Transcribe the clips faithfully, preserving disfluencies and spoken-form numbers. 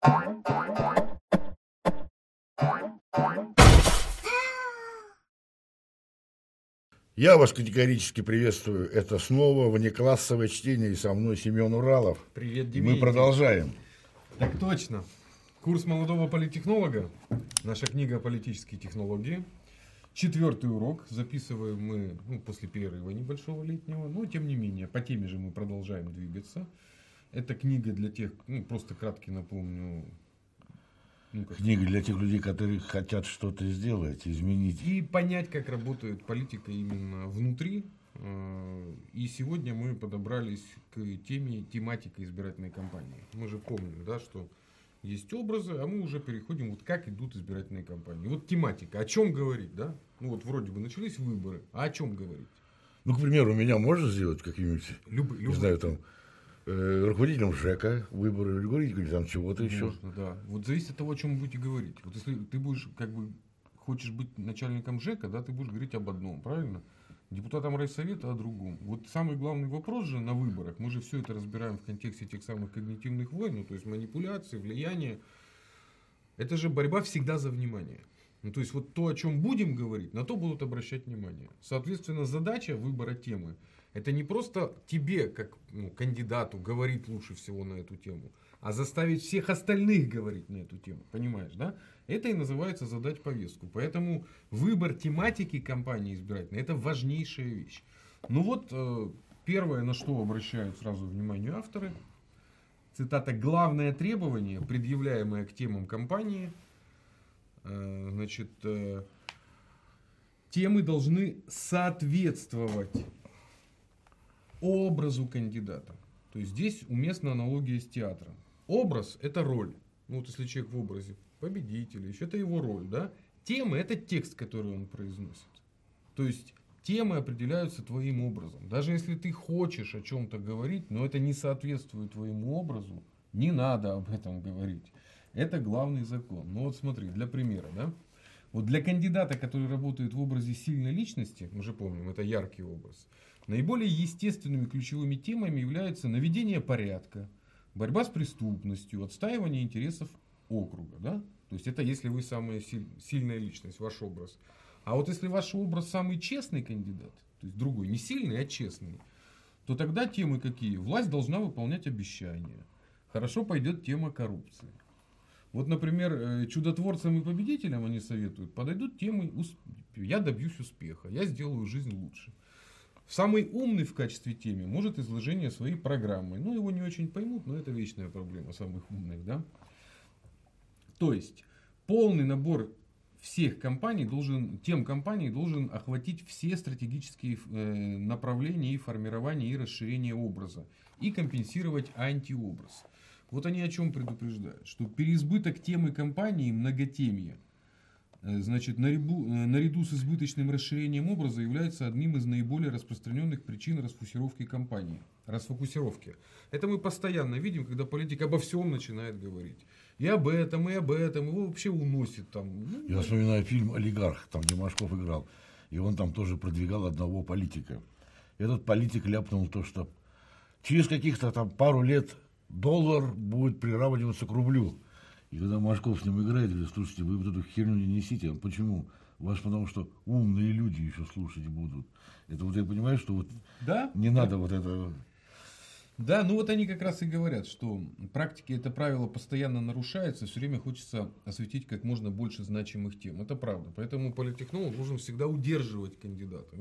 Я вас категорически приветствую. Это снова внеклассовое чтение, и со мной Семен Уралов. Привет, Дмитрий. Мы продолжаем. Так точно. Курс молодого политтехнолога. Наша книга «Политические технологии». Четвертый урок. Записываем мы ну, после перерыва небольшого летнего. Но тем не менее, по теме же мы продолжаем двигаться. Это книга для тех, ну просто кратко напомню. Ну, как Книга для тех людей, которые хотят что-то сделать, изменить. И понять, как работает политика именно внутри. И сегодня мы подобрались к теме тематика избирательной кампании. Мы же помним, да, что есть образы, а мы уже переходим, вот как идут избирательные кампании. Вот тематика, о чем говорить, да? Ну вот вроде бы начались выборы, а о чем говорить? Ну, к примеру, меня можно сделать каким-нибудь, Любы, не любы. знаю, там, э, руководителем ЖЭКа, выборы, или говорить, или там чего-то еще. Можно, да. Вот зависит от того, о чем вы будете говорить. Вот если ты будешь, как бы, хочешь быть начальником ЖЭКа, да, ты будешь говорить об одном, правильно? Депутатом райсовета о другом. Вот самый главный вопрос же на выборах, мы же все это разбираем в контексте тех самых когнитивных войн, ну, то есть манипуляции, влияние. Это же борьба всегда за внимание. Ну, то есть вот то, о чем будем говорить, на то будут обращать внимание. Соответственно, задача выбора темы — это не просто тебе, как ну, кандидату, говорить лучше всего на эту тему, а заставить всех остальных говорить на эту тему. Понимаешь, да? Это и называется задать повестку. Поэтому выбор тематики кампании избирательной — это важнейшая вещь. Ну вот, э, первое, на что обращают сразу внимание авторы, цитата: «Главное требование, предъявляемое к темам кампании, э, значит, э, темы должны соответствовать образу кандидата». То есть здесь уместна аналогия с театром. Образ — это роль. Ну вот если человек в образе победителя, еще это его роль, да? Темы — это текст, который он произносит. То есть темы определяются твоим образом. Даже если ты хочешь о чем-то говорить, но это не соответствует твоему образу, не надо об этом говорить. Это главный закон. Ну вот смотри, для примера, да? Вот для кандидата, который работает в образе сильной личности, мы же помним, это яркий образ, наиболее естественными ключевыми темами являются наведение порядка, борьба с преступностью, отстаивание интересов округа. Да? То есть это если вы самая сильная личность, ваш образ. А вот если ваш образ самый честный кандидат, то есть другой, не сильный, а честный, то тогда темы какие? Власть должна выполнять обещания. Хорошо пойдет тема коррупции. Вот, например, чудотворцам и победителям они советуют, подойдут темы «Я добьюсь успеха», «Я сделаю жизнь лучше». Самый умный в качестве темы может изложение своей программы. Ну, его не очень поймут, но это вечная проблема самых умных, да? То есть, полный набор всех компаний должен, тем компаний должен охватить все стратегические э, направления и формирование и расширение образа. И компенсировать антиобраз. Вот они о чем предупреждают. Что переизбыток темы компании, многотемье, значит, наряду, наряду с избыточным расширением образа является одним из наиболее распространенных причин расфокусировки кампании. Расфокусировки. Это мы постоянно видим, когда политик обо всем начинает говорить. И об этом, и об этом, его вообще уносит там. Ну, Я вспоминаю фильм «Олигарх», там где Машков играл. И он там тоже продвигал одного политика. Этот политик ляпнул то, что через каких-то там пару лет доллар будет приравниваться к рублю. И когда Машков с ним играет, говорит: слушайте, вы вот эту херню не несите. Почему? Вас потому что умные люди еще слушать будут. Это вот я понимаю, что вот да? не да. надо вот это. Да, ну вот они как раз и говорят, что в практике это правило постоянно нарушается, все время хочется осветить как можно больше значимых тем. Это правда. Поэтому политтехнолог должен всегда удерживать кандидата.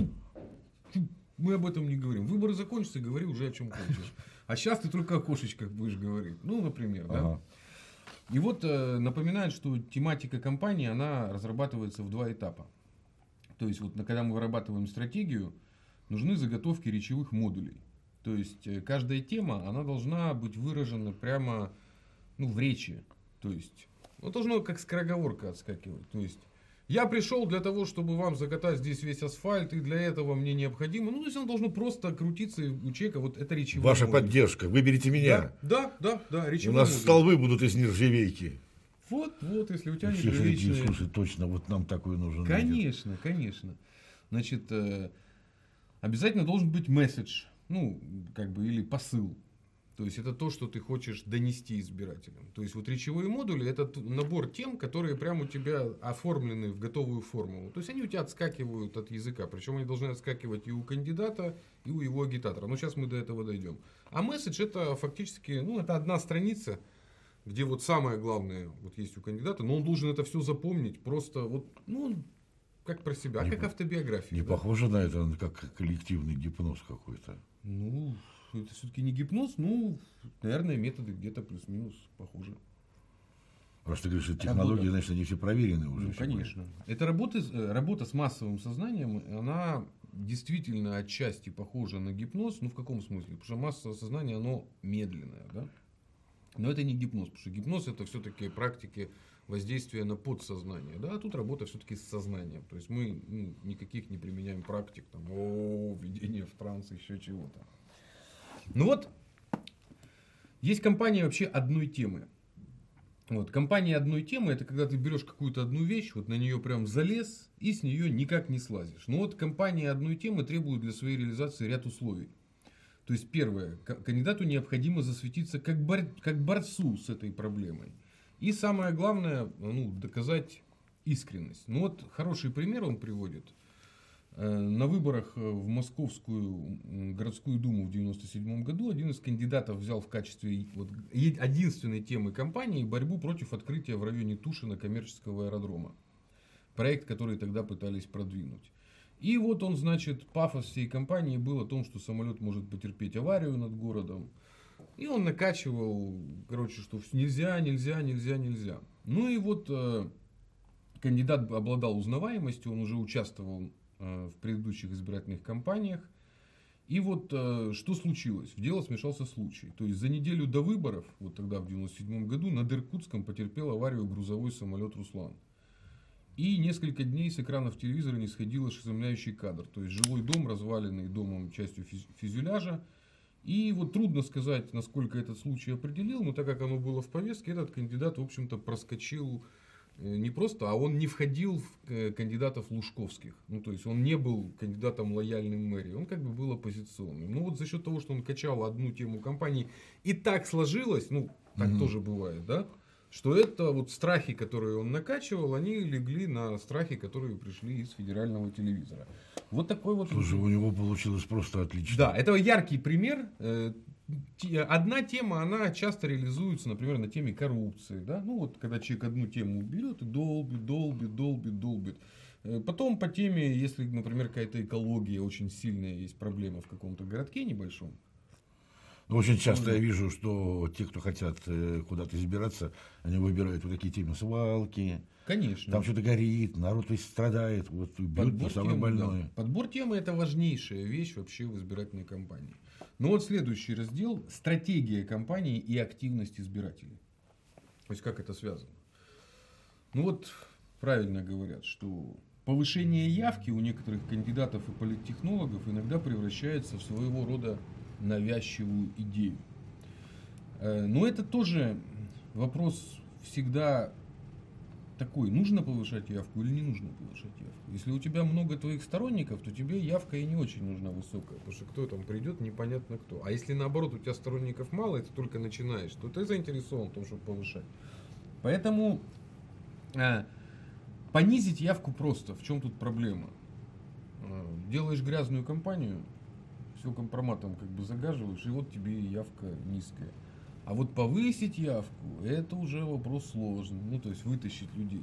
Мы об этом не говорим. Выборы закончатся, говори уже о чем хочешь. А сейчас ты только о кошечках будешь говорить. Ну, например, да. Ага. И вот э, напоминают, что тематика кампании, она разрабатывается в два этапа. То есть, вот, когда мы вырабатываем стратегию, нужны заготовки речевых модулей. То есть, э, каждая тема, она должна быть выражена прямо ну, в речи. То есть, ну, должно как скороговорка отскакивать. То есть, я пришел для того, чтобы вам закатать здесь весь асфальт, и для этого мне необходимо. Ну, то есть, оно должно просто крутиться у человека. Вот это речевой Ваша модуль. поддержка, выберите меня. Да, да, да, да, речевой У нас модуль. столбы будут из нержавейки. Вот, вот, если у тебя Все нержавеечные... такие: слушай, точно, вот нам такой нужен. Конечно, будет. конечно. Значит, э, обязательно должен быть месседж, ну, как бы, или посыл. То есть это то, что ты хочешь донести избирателям. То есть вот речевые модули — это набор тем, которые прямо у тебя оформлены в готовую формулу. То есть они у тебя отскакивают от языка. Причем они должны отскакивать и у кандидата, и у его агитатора. Но сейчас мы до этого дойдем. А месседж — это фактически, ну, это одна страница, где вот самое главное вот есть у кандидата, но он должен это все запомнить просто вот, ну, как про себя, Не как по- автобиография. Не да? похоже на это, как коллективный гипноз какой-то. Ну, это все-таки не гипноз, ну, наверное, методы где-то плюс-минус похожи. Раз ты говоришь, что технологии, Работа. значит, они все проверены уже. Ну, все конечно. Это работа, с- э, работа с массовым сознанием, она действительно отчасти похожа на гипноз. Ну, в каком смысле? Потому что массовое сознание, оно медленное, да? Но это не гипноз, потому что гипноз — это все-таки практики воздействия на подсознание, да? А тут работа все-таки с сознанием. То есть мы ну, никаких не применяем практик, там, о, введение в транс, еще чего-то. Ну вот, есть компания вообще одной темы. Вот, компания одной темы — это когда ты берешь какую-то одну вещь, вот на нее прям залез и с нее никак не слазишь. Но вот компания одной темы требует для своей реализации ряд условий. То есть первое, к- кандидату необходимо засветиться как, бор- как борцу с этой проблемой. И самое главное, ну, доказать искренность. Ну вот хороший пример он приводит. Э, На выборах э, в Московскую м, городскую думу в девяносто седьмом году один из кандидатов взял в качестве вот, е- единственной темы кампании борьбу против открытия в районе Тушино коммерческого аэродрома. Проект, который тогда пытались продвинуть. И вот он, значит, пафос всей кампании был о том, что самолет может потерпеть аварию над городом. И он накачивал, короче, что нельзя, нельзя, нельзя, нельзя. Ну и вот э, кандидат обладал узнаваемостью, он уже участвовал э, в предыдущих избирательных кампаниях. И вот э, что случилось? В дело смешался случай. То есть за неделю до выборов, вот тогда в девяносто седьмом году, над Иркутском потерпел аварию грузовой самолет «Руслан». И несколько дней с экранов телевизора не сходил ошеломляющий кадр. То есть жилой дом, разваленный домом частью фюз- фюзеляжа. И вот трудно сказать, насколько этот случай определил, но так как оно было в повестке, этот кандидат, в общем-то, проскочил э, не просто, а он не входил в э, кандидатов лужковских. Ну, то есть он не был кандидатом лояльным мэрии, он как бы был оппозиционным. Ну, вот за счет того, что он качал одну тему кампании, и так сложилось, ну, так Мгм. тоже бывает, да, что это вот страхи, которые он накачивал, они легли на страхи, которые пришли из федерального телевизора. Вот такой вот... Слушай, у него получилось просто отлично. Да, это яркий пример. Э, те- Одна тема, она часто реализуется, например, на теме коррупции. Да? Ну вот, когда человек одну тему берет и долбит, долбит, долбит, долбит. Э, Потом по теме, если, например, какая-то экология, очень сильная есть проблема в каком-то городке небольшом. Но очень часто я вижу, что те, кто хотят э, куда-то избираться, они выбирают вот такие темы: свалки, Конечно. там что-то горит, народ весь страдает, вот и бьют на самое темы, больное. да. Подбор темы — это важнейшая вещь вообще в избирательной кампании. Но вот следующий раздел — стратегия кампании и активность избирателей. То есть как это связано? Ну вот правильно говорят, что повышение явки у некоторых кандидатов и политтехнологов иногда превращается в своего рода навязчивую идею. Э, Но это тоже вопрос всегда такой: нужно повышать явку или не нужно повышать явку. Если у тебя много твоих сторонников, то тебе явка и не очень нужна высокая, потому что кто там придет, непонятно кто. А если наоборот у тебя сторонников мало, и ты только начинаешь, то ты заинтересован в том, чтобы повышать. Поэтому э, понизить явку просто. В чем тут проблема? Э, Делаешь грязную кампанию, все компроматом как бы загаживаешь, и вот тебе и явка низкая. А вот повысить явку — это уже вопрос сложный. Ну, то есть вытащить людей.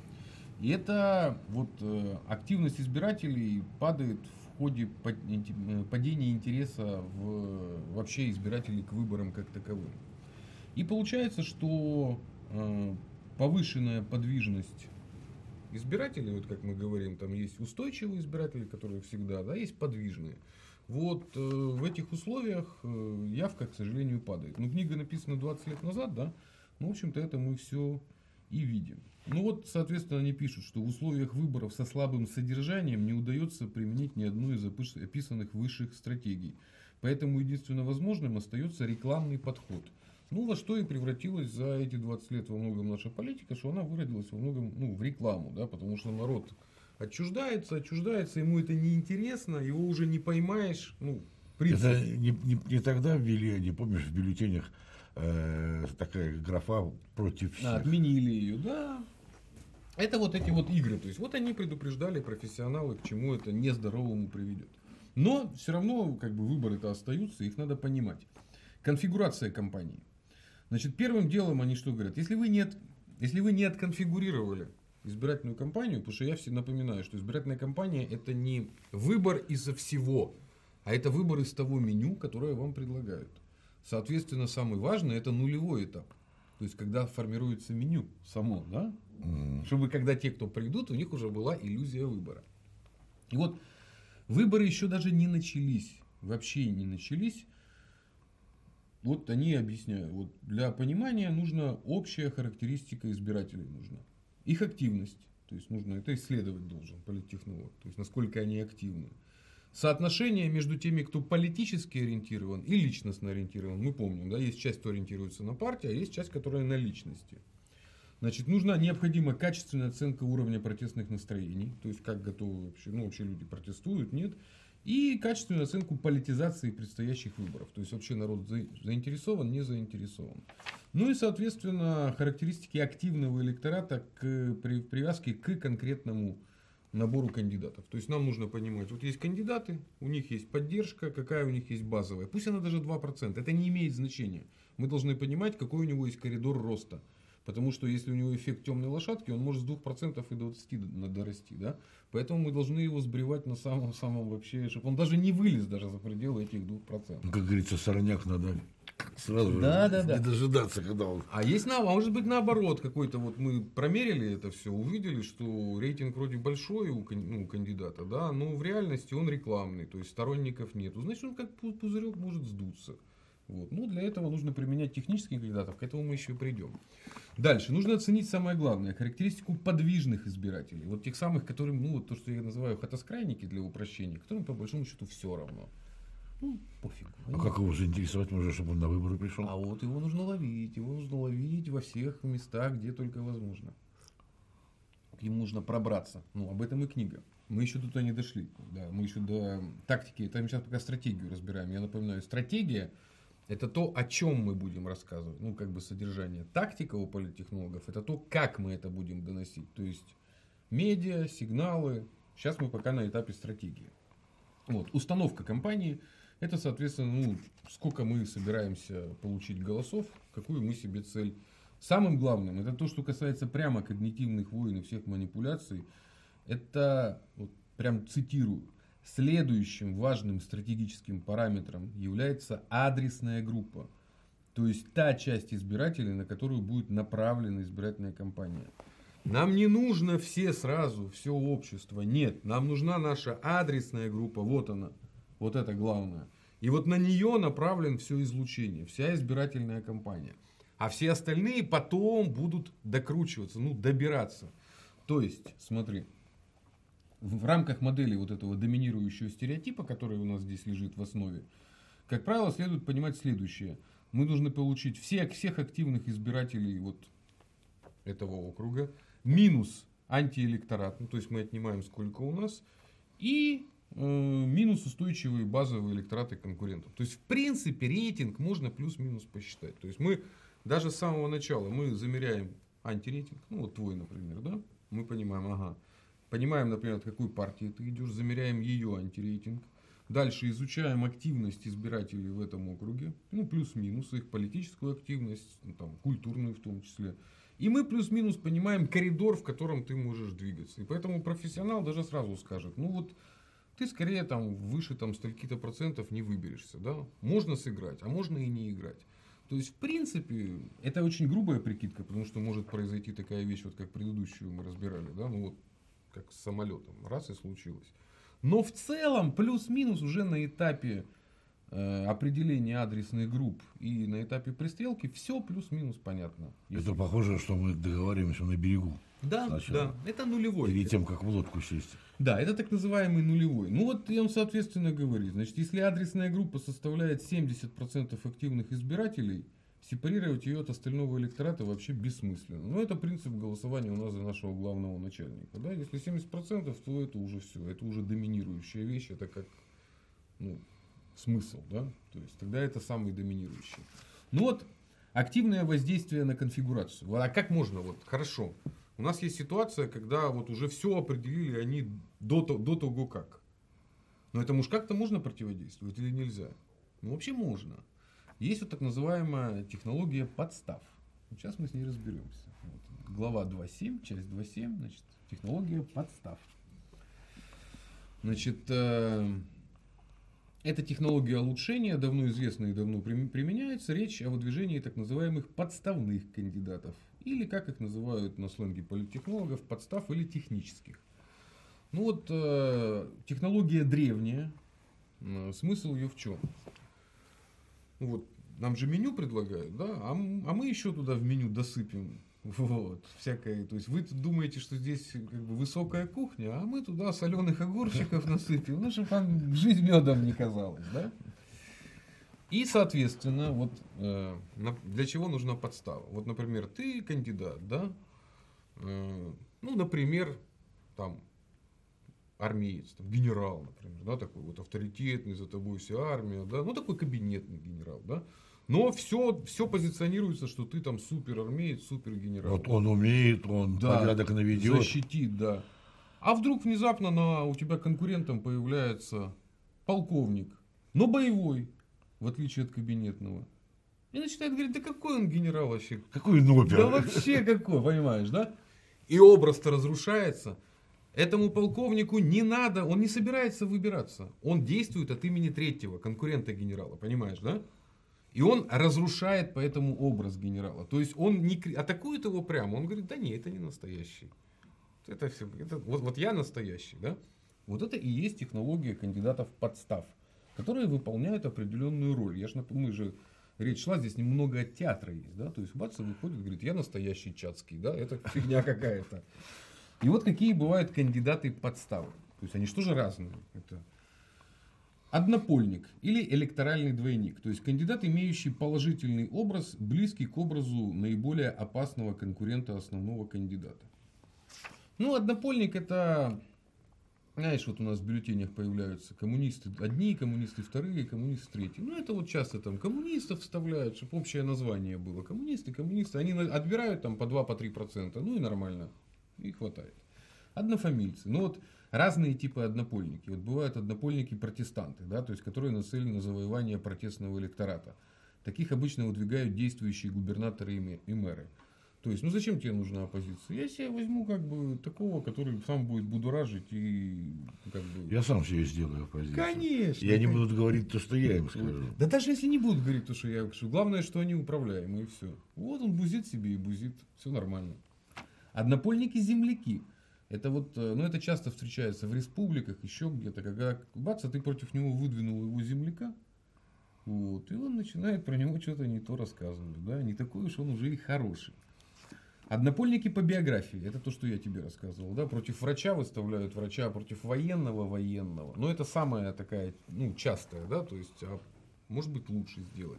И это вот э, активность избирателей падает в ходе пад- инте- э, падения интереса в, вообще избирателей к выборам как таковым. И получается, что э, повышенная подвижность избирателей, вот как мы говорим, там есть устойчивые избиратели, которые всегда, да, есть подвижные. Вот э, в этих условиях э, явка, к сожалению, падает. Ну, книга написана двадцать лет назад, да, ну, в общем-то, это мы все и видим. Ну вот, соответственно, они пишут, что в условиях выборов со слабым содержанием не удается применить ни одну из опис- описанных высших стратегий. Поэтому единственно возможным остается рекламный подход. Ну, во что и превратилась за эти двадцать лет во многом наша политика, что она выродилась во многом, ну, в рекламу, да, потому что народ отчуждается, отчуждается, ему это неинтересно, его уже не поймаешь, ну, Принцип. Это не, не, не тогда ввели, не помнишь, в бюллетенях э, такая графа против всех. А, отменили ее, да. Это вот эти вот игры. То есть вот они предупреждали профессионалы, к чему это нездоровому приведет. Но все равно как бы выборы-то остаются, их надо понимать. Конфигурация компании. Значит, первым делом они что говорят? Если вы не, от, если вы не отконфигурировали избирательную кампанию, потому что я все напоминаю, что избирательная кампания это не выбор из-за всего, а это выбор из того меню, которое вам предлагают. Соответственно, самый важный это нулевой этап. То есть, когда формируется меню само, да? Mm. Чтобы когда те, кто придут, у них уже была иллюзия выбора. И вот выборы еще даже не начались. Вообще не начались. Вот они объясняют. Вот для понимания нужна общая характеристика избирателей. Нужна. Их активность. То есть, нужно это исследовать должен политтехнолог. То есть, насколько они активны. Соотношение между теми, кто политически ориентирован и личностно ориентирован. Мы помним, да, есть часть, кто ориентируется на партию, а есть часть, которая на личности. Значит, нужна необходима качественная оценка уровня протестных настроений. То есть, как готовы вообще, ну, вообще люди протестуют, нет. И качественную оценку политизации предстоящих выборов. То есть, вообще народ заинтересован, не заинтересован. Ну и, соответственно, характеристики активного электората к привязке к конкретному набору кандидатов. То есть нам нужно понимать, вот есть кандидаты, у них есть поддержка, какая у них есть базовая. Пусть она даже два процента, это не имеет значения. Мы должны понимать, какой у него есть коридор роста. Потому что если у него эффект темной лошадки, он может с двух процентов и до двадцати процентов дорасти. Да? Поэтому мы должны его сбривать на самом-самом вообще, чтобы он даже не вылез даже за пределы этих двух процентов. Как говорится, сорняк надо сразу да, же да, не да. дожидаться, когда он... А есть, а может быть наоборот, какой-то вот мы промерили это все, увидели, что рейтинг вроде большой у ну, кандидата, да, но в реальности он рекламный, то есть сторонников нету. Значит, он как пузырек может сдуться. Вот. Ну, для этого нужно применять технических кандидатов, к этому мы еще придем. Дальше, нужно оценить самое главное, характеристику подвижных избирателей. Вот тех самых, которым, ну, вот то, что я называю хатоскрайники для упрощения, которым по большому счету все равно. Ну, пофиг. А как его заинтересовать можно, чтобы он на выборы пришел? А вот его нужно ловить. Его нужно ловить во всех местах, где только возможно. К нему нужно пробраться. Ну, об этом и книга. Мы еще туда не дошли. Да, мы еще до тактики. Это мы сейчас пока стратегию разбираем. Я напоминаю, стратегия это то, о чем мы будем рассказывать. Ну, как бы содержание. Тактика у политтехнологов это то, как мы это будем доносить. То есть медиа, сигналы. Сейчас мы пока на этапе стратегии. Вот. Установка кампании. Это, соответственно, ну, сколько мы собираемся получить голосов, какую мы себе цель. Самым главным, это то, что касается прямо когнитивных войн и всех манипуляций, это, вот, прям цитирую, следующим важным стратегическим параметром является адресная группа. То есть та часть избирателей, на которую будет направлена избирательная кампания. Нам не нужно все сразу, все общество. Нет, нам нужна наша адресная группа. Вот она. Вот это главное. И вот на нее направлен все излучение, вся избирательная кампания. А все остальные потом будут докручиваться, ну, добираться. То есть, смотри, в рамках модели вот этого доминирующего стереотипа, который у нас здесь лежит в основе, как правило, следует понимать следующее. Мы должны получить всех, всех активных избирателей вот этого округа, минус антиэлекторат, ну, то есть мы отнимаем сколько у нас, и минус устойчивые базовые электораты конкурентов. То есть, в принципе, рейтинг можно плюс-минус посчитать. То есть, мы даже с самого начала мы замеряем антирейтинг. Ну, вот твой, например, да? Мы понимаем, ага. Понимаем, например, от какой партии ты идешь, замеряем ее антирейтинг. Дальше изучаем активность избирателей в этом округе. Ну, плюс-минус их политическую активность, ну, там, культурную в том числе. И мы плюс-минус понимаем коридор, в котором ты можешь двигаться. И поэтому профессионал даже сразу скажет, ну вот, ты скорее там выше там стольки-то процентов не выберешься, да? Можно сыграть, а можно и не играть. То есть, в принципе, это очень грубая прикидка, потому что может произойти такая вещь, вот как предыдущую мы разбирали, да? Ну вот, как с самолетом, раз и случилось. Но в целом, плюс-минус уже на этапе э, определения адресных групп и на этапе пристрелки все плюс-минус понятно. Это похоже, что мы договариваемся на берегу. Да, сначала. да, это нулевой. Перед тем, как в лодку сесть. Да, это так называемый нулевой. Ну вот он, соответственно, говорит, значит, если адресная группа составляет семьдесят процентов активных избирателей, сепарировать ее от остального электората вообще бессмысленно. Но это принцип голосования у нас за нашего главного начальника. Да? Если семьдесят процентов, то это уже все, это уже доминирующая вещь, это как, ну, смысл, да? То есть тогда это самый доминирующий. Ну вот, активное воздействие на конфигурацию. А как можно? Вот, хорошо. У нас есть ситуация, когда вот уже все определили они до, до того как. Но этому уж как-то можно противодействовать или нельзя? Ну вообще можно. Есть вот так называемая технология подстав. Сейчас мы с ней разберемся. Вот. Глава два точка семь, часть два точка семь, значит, технология подстав. Значит, э, эта технология улучшения давно известна и давно применяется. Речь о выдвижении так называемых подставных кандидатов. Или, как их называют на сленге политтехнологов, подстав или технических. Ну вот, э, технология древняя. Э, смысл ее в чем? Вот, нам же меню предлагают, да? А, а мы еще туда в меню досыпем. Вот, всякое. То есть вы думаете, что здесь как бы высокая кухня, а мы туда соленых огурчиков насыпем, ну, чтобы вам жизнь медом не казалась, да? И, соответственно, вот э, для чего нужна подстава? Вот, например, ты кандидат, да? Э, ну, например, там, армеец, там, генерал, например, да, такой вот авторитетный, за тобой вся армия, да? Ну, такой кабинетный генерал, да? Но все, все позиционируется, что ты там супер армеец, супер генерал. Вот он умеет, он да, порядок наведет. Защитит, да. А вдруг внезапно на, у тебя конкурентом появляется полковник, но боевой, в отличие от кабинетного. И начинает говорить, да какой он генерал вообще? Какой он опер? Да вообще какой, понимаешь, да? И образ-то разрушается. Этому полковнику не надо, он не собирается выбираться. Он действует от имени третьего, конкурента генерала, понимаешь, да? И он разрушает поэтому образ генерала. То есть он не атакует его прямо, он говорит, да нет, это не настоящий. Это все, это, вот, вот я настоящий, да? Вот это и есть технология кандидатов подстав, которые выполняют определенную роль. Я ж, мы же, речь шла, здесь немного от театра есть, да? То есть бац, выходит, говорит, я настоящий Чацкий, да? Это фигня какая-то. И вот какие бывают кандидаты подставы. То есть они что же разные? Это однопольник или электоральный двойник. То есть кандидат, имеющий положительный образ, близкий к образу наиболее опасного конкурента основного кандидата. Ну, однопольник это, знаешь, вот у нас в бюллетенях появляются коммунисты одни, коммунисты вторые, коммунисты третьи. Ну, это вот часто там коммунистов вставляют, чтобы общее название было. Коммунисты, коммунисты. Они отбирают там по два-три процента. Ну и нормально. И хватает. Однофамильцы. Ну вот разные типы однопольники. Вот бывают однопольники-протестанты, да, то есть которые нацелены на завоевание протестного электората. Таких обычно выдвигают действующие губернаторы и мэры. То есть, ну зачем тебе нужна оппозиция? Я себе возьму как бы такого, который сам будет будоражить и как бы... Я сам себе сделаю оппозицию. Конечно. И они будут говорить то, что я им скажу. Да даже если не будут говорить то, что я им скажу. Главное, что они управляемые и все. Вот он бузит себе и бузит. Все нормально. Однопольники-земляки. Это вот, ну это часто встречается в республиках, еще где-то, когда бац, а ты против него выдвинул его земляка, вот, и он начинает про него что-то не то рассказывать, да, не такой уж он уже и хороший. Однопольники по биографии, это то, что я тебе рассказывал, да, против врача выставляют врача, против военного военного, но это самая такая, ну, частая, да, то есть, а может быть лучше сделать.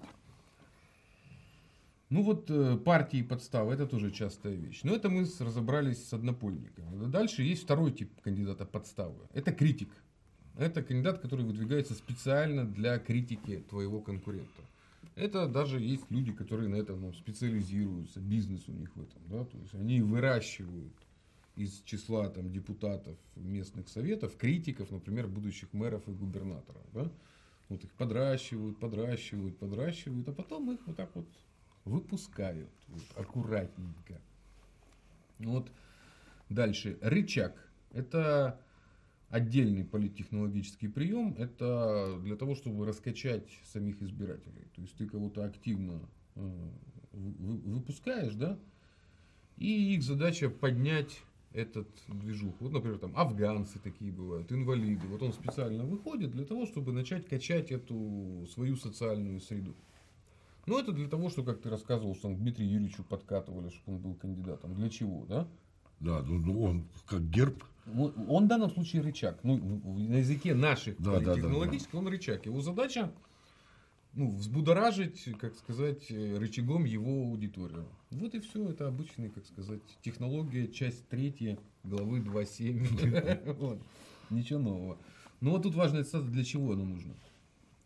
Ну вот партии подставы, это тоже частая вещь. Но это мы разобрались с однопольниками. Дальше есть второй тип кандидата подставы. Это критик. Это кандидат, который выдвигается специально для критики твоего конкурента. Это даже есть люди, которые на этом, ну, специализируются, бизнес у них в этом. Да? То есть они выращивают из числа там, депутатов местных советов критиков, например, будущих мэров и губернаторов. Да? Вот их подращивают, подращивают, подращивают, а потом их вот так вот выпускают вот, аккуратненько. Вот. Дальше. Рычаг. Это отдельный политтехнологический прием. Это для того, чтобы раскачать самих избирателей. То есть ты кого-то активно э, выпускаешь, да? И их задача поднять этот движух. Вот, например, там афганцы такие бывают, инвалиды. Вот он специально выходит для того, чтобы начать качать эту свою социальную среду. Ну, это для того, что, как ты рассказывал, что там Дмитрию Юрьевичу подкатывали, чтобы он был кандидатом. Для чего, да? Да, ну он как герб. Он в данном случае рычаг. Ну, на языке наших да, технологических да, да, да. он рычаг. Его задача, ну, взбудоражить, как сказать, рычагом его аудиторию. Вот и все. Это обычная, как сказать, технология, часть третья, главы два точка семь. Ничего нового. Но вот тут важно, для чего оно нужно.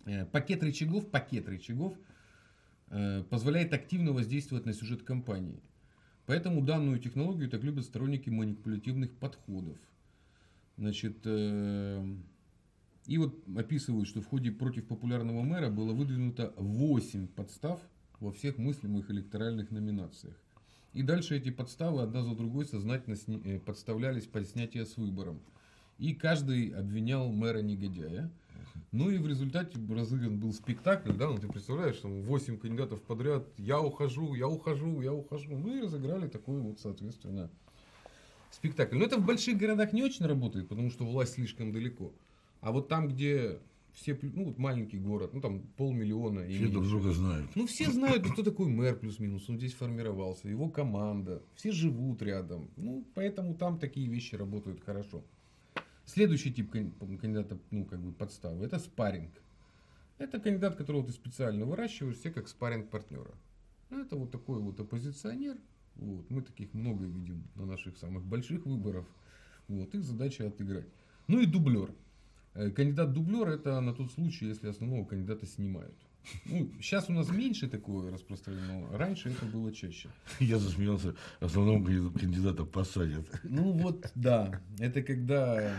Пакет рычагов, пакет рычагов э, позволяет активно воздействовать на сюжет кампании. Поэтому данную технологию так любят сторонники манипулятивных подходов. Значит, э, и вот описывают, что в ходе против популярного мэра было выдвинуто восемь подстав во всех мыслимых электоральных номинациях. И дальше эти подставы одна за другой сознательно сни- подставлялись под снятие с выбором. И каждый обвинял мэра-негодяя. Ну и в результате разыгран был спектакль, да, ну ты представляешь, там восемь кандидатов подряд, я ухожу, я ухожу, я ухожу. Ну и разыграли такой вот, соответственно, спектакль. Но это в больших городах не очень работает, потому что власть слишком далеко. А вот там, где все, ну вот маленький город, ну там полмиллиона. Все друг друга знают. Ну все знают, кто такой мэр плюс-минус, он здесь формировался, его команда, все живут рядом. Ну поэтому там такие вещи работают хорошо. Следующий тип кандидата, ну как бы подставы, это спарринг. Это кандидат, которого ты специально выращиваешь, все как спарринг партнера. Это вот такой вот оппозиционер. Вот. Мы таких много видим на наших самых больших выборах. Вот. Их задача отыграть. Ну и дублер. Кандидат-дублер это на тот случай, если основного кандидата снимают. Ну, сейчас у нас меньше такое распространено, раньше это было чаще. Я засмеялся, основного кандидата посадят. Ну вот, да, это когда...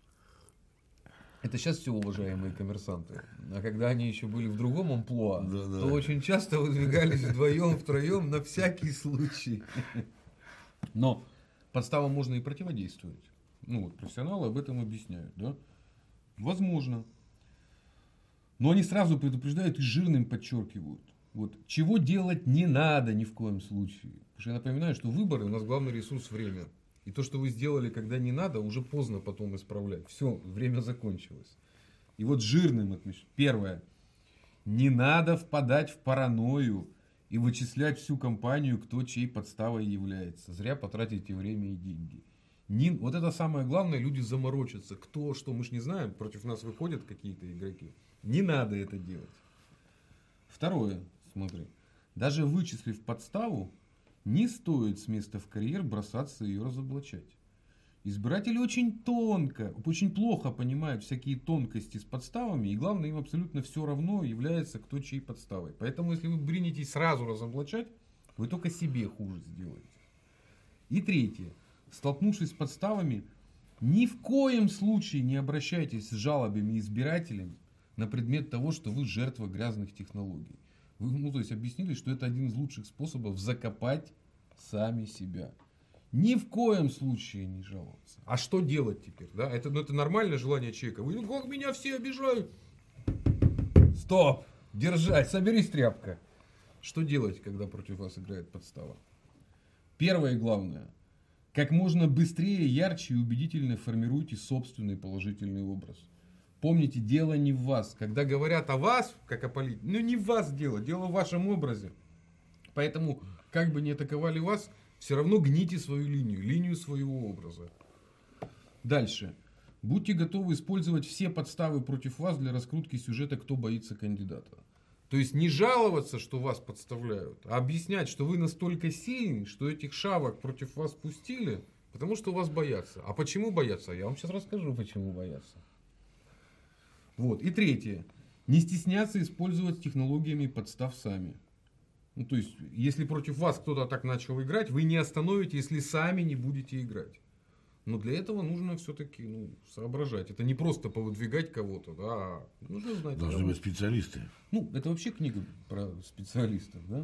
Это сейчас все уважаемые коммерсанты. А когда они еще были в другом амплуа, да, да. то очень часто выдвигались вдвоем, втроем на всякий случай. Но подставам можно и противодействовать. Ну вот, профессионалы об этом объясняют, да? Возможно. Но они сразу предупреждают и жирным подчеркивают. Вот, чего делать не надо ни в коем случае. Потому что я напоминаю, что выборы, у нас главный ресурс время. И то, что вы сделали, когда не надо, уже поздно потом исправлять. Все, время закончилось. И вот жирным отмечу. Первое. Не надо впадать в паранойю и вычислять всю компанию, кто чьей подставой является. Зря потратите время и деньги. Не, вот это самое главное, люди заморочатся. Кто, что, мы же не знаем, против нас выходят какие-то игроки. Не надо это делать. Второе, смотри. Даже вычислив подставу, не стоит с места в карьер бросаться ее разоблачать. Избиратели очень тонко, очень плохо понимают всякие тонкости с подставами, и главное, им абсолютно все равно является кто чьей подставой. Поэтому, если вы бринетесь сразу разоблачать, вы только себе хуже сделаете. И третье. Столкнувшись с подставами, ни в коем случае не обращайтесь с жалобами избирателям на предмет того, что вы жертва грязных технологий. Вы, ну, то есть, объяснили, что это один из лучших способов закопать сами себя. Ни в коем случае не жаловаться. А что делать теперь? Да? Это, ну, это нормальное желание человека. Вы, как меня все обижают. Стоп! Держать! Соберись, тряпка. Что делать, когда против вас играет подстава? Первое и главное. Как можно быстрее, ярче и убедительнее формируйте собственный положительный образ. Помните, дело не в вас. Когда говорят о вас, как о политике, ну не в вас дело, дело в вашем образе. Поэтому, как бы ни атаковали вас, все равно гните свою линию, линию своего образа. Дальше. Будьте готовы использовать все подставы против вас для раскрутки сюжета «Кто боится кандидата». То есть не жаловаться, что вас подставляют, а объяснять, что вы настолько сильны, что этих шавок против вас пустили, потому что вас боятся. А почему боятся? Я вам сейчас расскажу, почему боятся. Вот. И третье. Не стесняться использовать технологиями подстав сами. Ну, то есть, если против вас кто-то так начал играть, вы не остановите, если сами не будете играть. Но для этого нужно все-таки ну, соображать. Это не просто повыдвигать кого-то, да, а нужно знать. Должны кого. быть специалисты. Ну, это вообще книга про специалистов, да.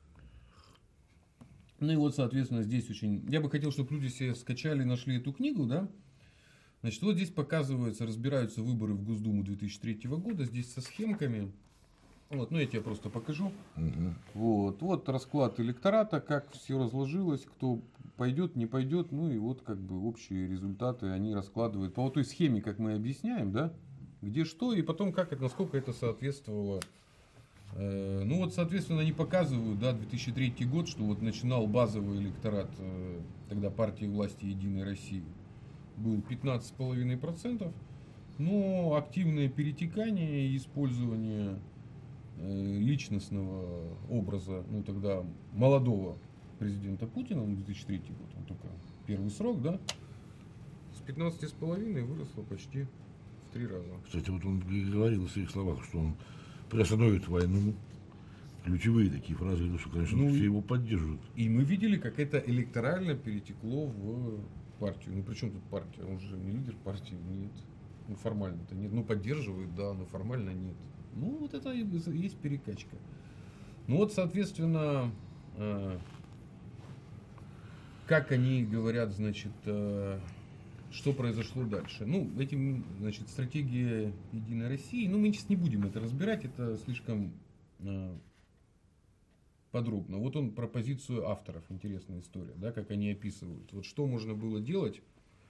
Ну и вот, соответственно, здесь очень... Я бы хотел, чтобы люди себе скачали и нашли эту книгу, да. Значит, вот здесь показывается, разбираются выборы в Госдуму две тысячи третьего года, здесь со схемками. Вот, ну я тебе просто покажу. Угу. Вот, вот расклад электората, как все разложилось, кто пойдет, не пойдет, ну и вот как бы общие результаты они раскладывают по вот той схеме, как мы объясняем, да, где что, и потом как это, насколько это соответствовало. Э, ну вот, соответственно, они показывают, да, две тысячи третий год, что вот начинал базовый электорат э, тогда партии власти Единой России. Был пятнадцать целых пять десятых процента, но активное перетекание и использование э, личностного образа, ну тогда молодого президента Путина, две тысячи третий год, он только первый срок, да, с пятнадцати с половиной выросло почти В три раза. Кстати, вот он говорил в своих словах, что он приостановит войну. Ключевые такие фразы, что, конечно, Ну, все его поддерживают. И мы видели, как это электорально перетекло в партию. Ну, при чем тут партия? Он же не лидер партии, нет. Ну, формально-то нет. Ну, поддерживает, да, но формально нет. Ну, вот это и есть перекачка. Ну, вот, соответственно, э, как они говорят, значит, э, что произошло дальше. Ну, этим, значит, стратегия Единой России. Ну, мы сейчас не будем это разбирать, это слишком... Э, подробно. Вот он про позицию авторов, интересная история, да, как они описывают. Вот что можно было делать.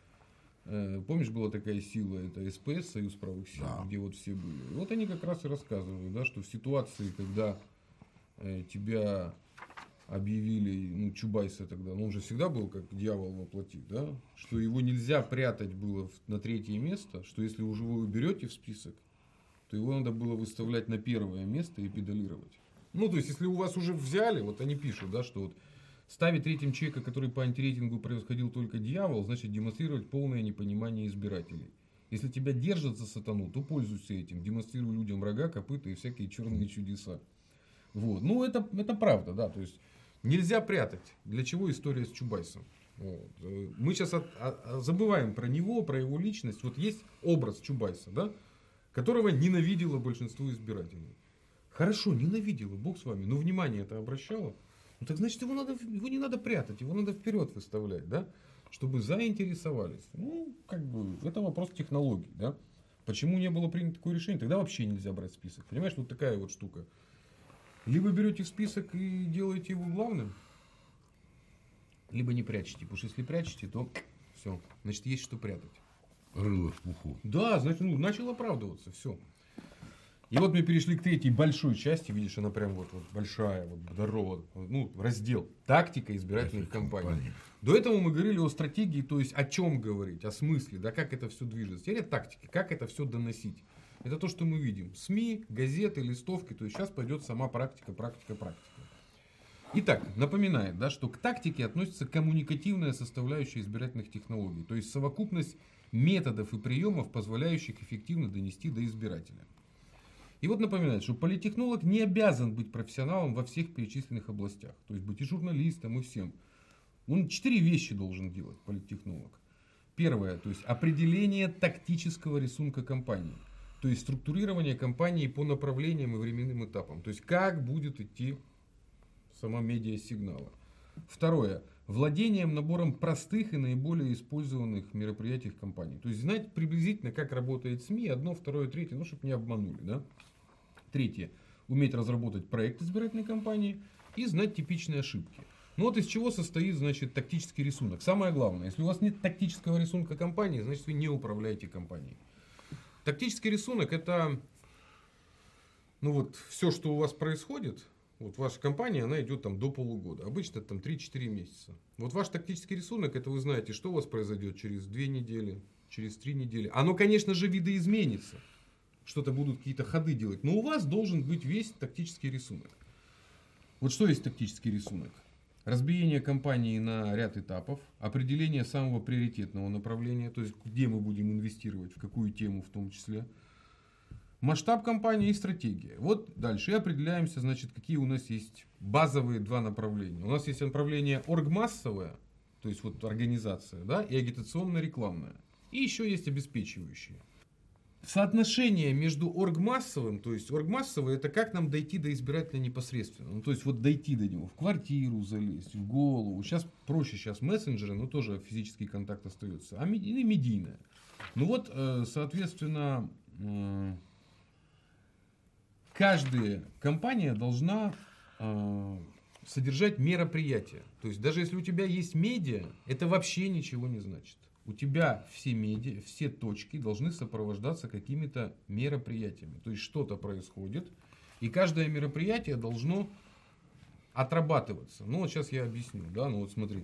Э, помнишь, была такая сила, это эс пэ эс, Союз правых сил, да. Где вот все были. И вот они как раз и рассказывают, да, что в ситуации, когда э, тебя объявили, ну, Чубайса тогда, ну, он же всегда был как дьявол во плоти, да, что его нельзя прятать было в, на третье место, что если уже вы берете в список, то его надо было выставлять на первое место и педалировать. Ну, то есть, если у вас уже взяли, вот они пишут, да, что вот ставить третьим человека, который по антирейтингу превосходил только дьявол, значит демонстрировать полное непонимание избирателей. Если тебя держат за сатану, то пользуйся этим, демонстрируй людям рога, копыта и всякие черные чудеса. Вот. Ну, это, это правда, да, то есть, нельзя прятать. Для чего история с Чубайсом? Вот. Мы сейчас от, от, забываем про него, про его личность. Вот есть образ Чубайса, да, которого ненавидело большинство избирателей. Хорошо, ненавидела, бог с вами, но внимание это обращало. Ну так значит, его, надо, его не надо прятать, его надо вперед выставлять, да, чтобы заинтересовались. Ну, как бы, это вопрос технологий, да. Почему не было принято такое решение? Тогда вообще нельзя брать список. Понимаешь, вот такая вот штука. Либо берете в список и делаете его главным, либо не прячете. Потому что если прячете, то все, значит, есть что прятать. Рыло в пуху. Да, значит, ну, начал оправдываться, все. И вот мы перешли к третьей большой части, видишь, она прям вот, вот большая, вот здоровая, ну, раздел «Тактика избирательных кампаний». До этого мы говорили о стратегии, то есть о чем говорить, о смысле, да, как это все движется. Теперь о тактике, как это все доносить. Это то, что мы видим. СМИ, газеты, листовки, то есть сейчас пойдет сама практика, практика, практика. Итак, напоминает, да, что к тактике относится коммуникативная составляющая избирательных технологий, то есть совокупность методов и приемов, позволяющих эффективно донести до избирателя. И вот напоминает, что политтехнолог не обязан быть профессионалом во всех перечисленных областях. То есть быть и журналистом, и всем. Он четыре вещи должен делать, политтехнолог. Первое, то есть определение тактического рисунка кампании. То есть структурирование кампании по направлениям и временным этапам. То есть как будет идти сама медиасигнала. Второе, владением набором простых и наиболее использованных мероприятий кампании. То есть знать приблизительно, как работает СМИ, одно, второе, третье, ну, чтобы не обманули, да. Третье. Уметь разработать проект избирательной кампании и знать типичные ошибки. Ну вот из чего состоит, значит, тактический рисунок. Самое главное, если у вас нет тактического рисунка кампании, значит, вы не управляете кампанией. Тактический рисунок — это, ну вот, все, что у вас происходит. Вот ваша кампания, она идет там до полугода. Обычно там три-четыре месяца. Вот ваш тактический рисунок, это вы знаете, что у вас произойдет через две недели, через три недели. Оно, конечно же, видоизменится. Что-то будут какие-то ходы делать. Но у вас должен быть весь тактический рисунок. Вот что есть тактический рисунок? Разбиение кампании на ряд этапов, определение самого приоритетного направления, то есть где мы будем инвестировать, в какую тему в том числе. Масштаб кампании и стратегия. Вот дальше и определяемся, значит, какие у нас есть базовые два направления. У нас есть направление оргмассовое, то есть вот организация, да, и агитационно-рекламное. И еще есть обеспечивающие. Соотношение между оргмассовым, то есть оргмассовое, это как нам дойти до избирателя непосредственно. Ну, то есть вот дойти до него, в квартиру залезть, в голову. Сейчас проще, сейчас мессенджеры, но тоже физический контакт остается. А медийное. Ну вот, соответственно, каждая компания должна содержать мероприятия. То есть даже если у тебя есть медиа, это вообще ничего не значит. У тебя все медиа, все точки должны сопровождаться какими-то мероприятиями. То есть что-то происходит, и каждое мероприятие должно отрабатываться. Ну вот сейчас я объясню. Да? Ну вот смотри.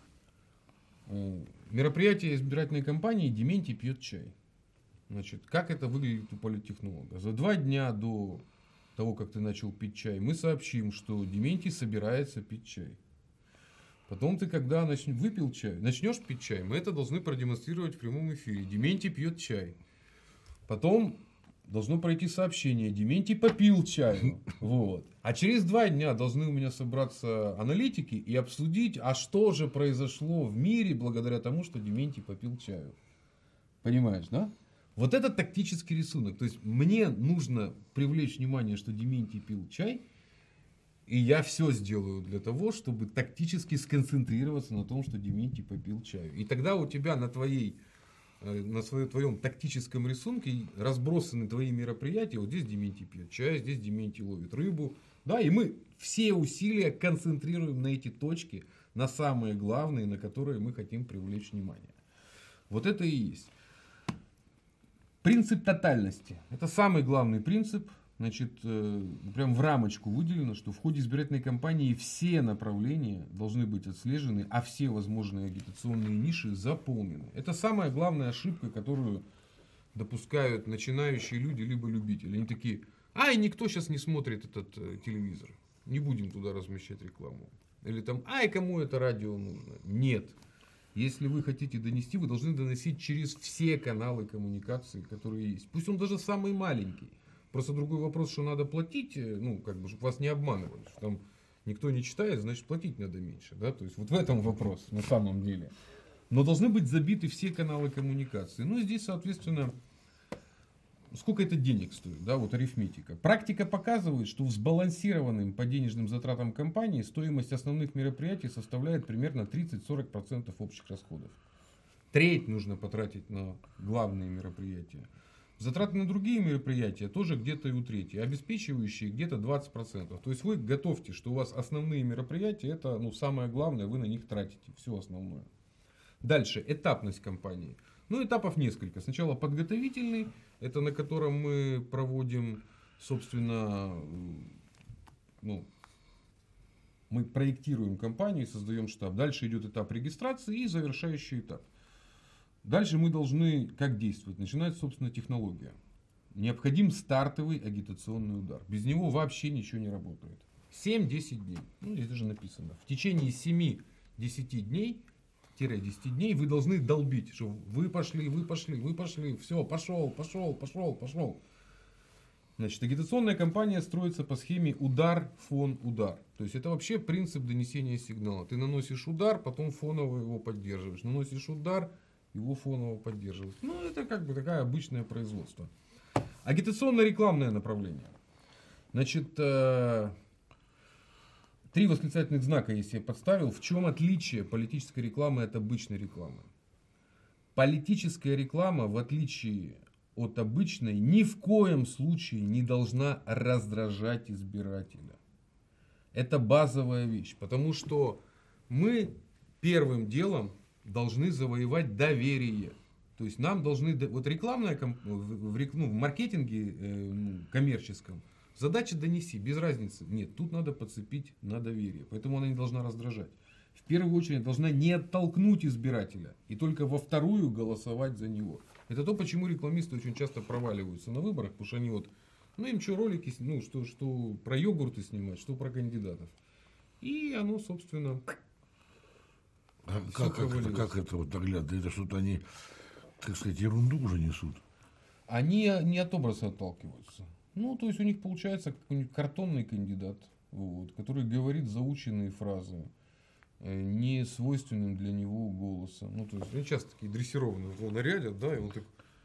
Мероприятие избирательной кампании «Дементий пьет чай». Значит, как это выглядит у политтехнолога? За два дня до того, как ты начал пить чай, мы сообщим, что Дементий собирается пить чай. Потом ты, когда нач... выпил чай, начнешь пить чай, мы это должны продемонстрировать в прямом эфире. Дементий пьет чай. Потом должно пройти сообщение: Дементий попил чаю. Вот. А через два дня должны у меня собраться аналитики и обсудить, а что же произошло в мире благодаря тому, что Дементий попил чаю. Понимаешь, да? Вот это тактический рисунок. То есть мне нужно привлечь внимание, что Дементий пил чай, и я все сделаю для того, чтобы тактически сконцентрироваться на том, что Дементий попил чаю. И тогда у тебя на твоей, на своем, твоем тактическом рисунке разбросаны твои мероприятия. Вот здесь Дементий пьет чай, здесь Дементий ловит рыбу. Да, и мы все усилия концентрируем на эти точки, на самые главные, на которые мы хотим привлечь внимание. Вот это и есть. Принцип тотальности. Это самый главный принцип. Значит, э, прям в рамочку выделено, что в ходе избирательной кампании все направления должны быть отслежены, а все возможные агитационные ниши заполнены. Это самая главная ошибка, которую допускают начинающие люди, либо любители. Они такие: ай, никто сейчас не смотрит этот э, телевизор, не будем туда размещать рекламу. Или там: ай, кому это радио нужно. Нет. Если вы хотите донести, вы должны доносить через все каналы коммуникации, которые есть. Пусть он даже самый маленький. Просто другой вопрос, что надо платить, ну, как бы, чтобы вас не обманывали. Что там никто не читает, значит, платить надо меньше. Да? То есть, вот в этом вопрос на самом деле. Но должны быть забиты все каналы коммуникации. Ну, и здесь, соответственно, сколько это денег стоит, да, вот арифметика. Практика показывает, что в сбалансированным по денежным затратам компании стоимость основных мероприятий составляет примерно тридцать-сорок процентов общих расходов. Треть нужно потратить на главные мероприятия. Затраты на другие мероприятия тоже где-то и у трети, обеспечивающие где-то двадцать процентов. То есть вы готовьте, что у вас основные мероприятия, это, ну, самое главное, вы на них тратите все основное. Дальше, этапность кампании. Ну, этапов несколько. Сначала подготовительный, это на котором мы проводим, собственно, ну, мы проектируем кампанию, создаем штаб. Дальше идет этап регистрации и завершающий этап. Дальше мы должны как действовать? Начинается, собственно, технология. Необходим стартовый агитационный удар. Без него вообще ничего не работает. семь-десять дней. Ну, здесь даже написано. В течение семи-десяти дней, десяти дней вы должны долбить, что вы пошли, вы пошли, вы пошли, все, пошел, пошел, пошел, пошел. Значит, агитационная кампания строится по схеме удар, фон, удар. То есть это вообще принцип донесения сигнала. Ты наносишь удар, потом фоново его поддерживаешь. Наносишь удар, его фоново поддерживать. Ну, это как бы такое обычное производство. Агитационно-рекламное направление. Значит, э, три восклицательных знака я себе подставил. В чем отличие политической рекламы от обычной рекламы? Политическая реклама, в отличие от обычной, ни в коем случае не должна раздражать избирателя. Это базовая вещь. Потому что мы первым делом должны завоевать доверие. То есть нам должны... Вот рекламная... В, рек, ну, в маркетинге э, коммерческом задача донести, без разницы. Нет, тут надо подцепить на доверие. Поэтому она не должна раздражать. В первую очередь должна не оттолкнуть избирателя. И только во вторую голосовать за него. Это то, почему рекламисты очень часто проваливаются на выборах. Потому что они вот... Ну им что, ролики, ну, что, что про йогурты снимать, что про кандидатов. И оно, собственно... А как, как, это, как это вот наглядно? Это что-то они, так сказать, ерунду уже несут? Они не от образа отталкиваются. Ну, то есть у них получается какой-нибудь картонный кандидат, вот, который говорит заученные фразы, э, не свойственным для него голосом. Ну, то есть они часто такие дрессированные, вот его нарядят, да, и он так...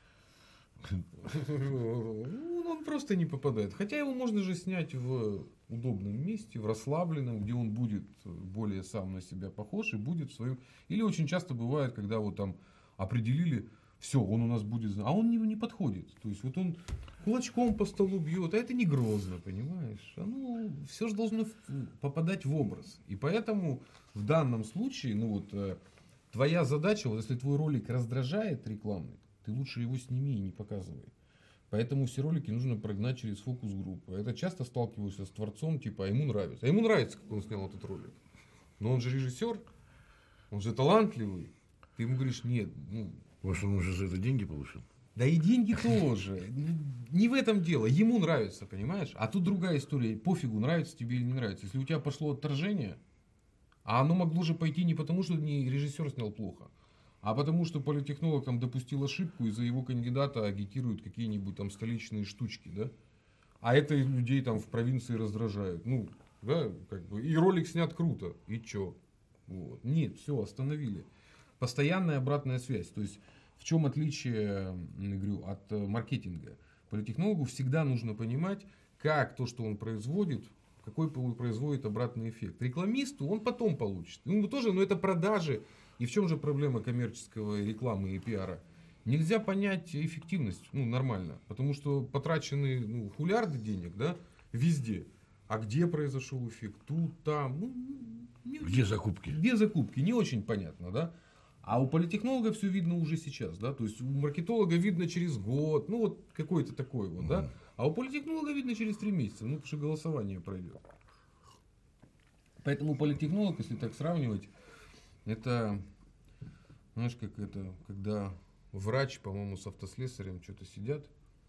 Он просто не попадает. Хотя его можно же снять в удобном месте, в расслабленном, где он будет более сам на себя похож и будет в своем... Или очень часто бывает, когда вот там определили, все, он у нас будет... А он не, не подходит. То есть вот он кулачком по столу бьет, а это не грозно, понимаешь? Оно все же должно попадать в образ. И поэтому в данном случае, ну вот, твоя задача, вот если твой ролик раздражает рекламный, ты лучше его сними и не показывай. Поэтому все ролики нужно прогнать через фокус-группу. Это часто сталкиваешься с творцом, типа, а ему нравится. А ему нравится, как он снял этот ролик. Но он же режиссер, он же талантливый. Ты ему говоришь: нет. Ну, может, он уже за это деньги получил? Да и деньги тоже. Не в этом дело. Ему нравится, понимаешь? А тут другая история. Пофигу, нравится тебе или не нравится. Если у тебя пошло отторжение, а оно могло же пойти не потому, что не режиссер снял плохо, А потому что политтехнолог там допустил ошибку, и за его кандидата агитируют какие-нибудь там столичные штучки, да? А это людей там в провинции раздражает. Ну, да, как бы. И ролик снят круто. И чё? Вот. Нет, все, остановили. Постоянная обратная связь. То есть, в чем отличие, я говорю, от маркетинга? Политтехнологу всегда нужно понимать, как то, что он производит, какой производит обратный эффект. Рекламисту он потом получит. Ну, тоже, но это продажи. И в чем же проблема коммерческого рекламы и пиара? Нельзя понять эффективность, ну, нормально. Потому что потрачены, ну, хулиарды денег, да, везде. А где произошел эффект? Тут, там. Ну, не, где закупки? Где закупки? Не очень понятно, да. А у политтехнолога все видно уже сейчас, да. То есть у маркетолога видно через год. Ну, вот какой-то такой вот, да. А у политтехнолога видно через три месяца. Ну, потому что голосование пройдет. Поэтому политтехнолог, если так сравнивать, это, знаешь, как это, когда врач, по-моему, с автослесарем что-то сидят,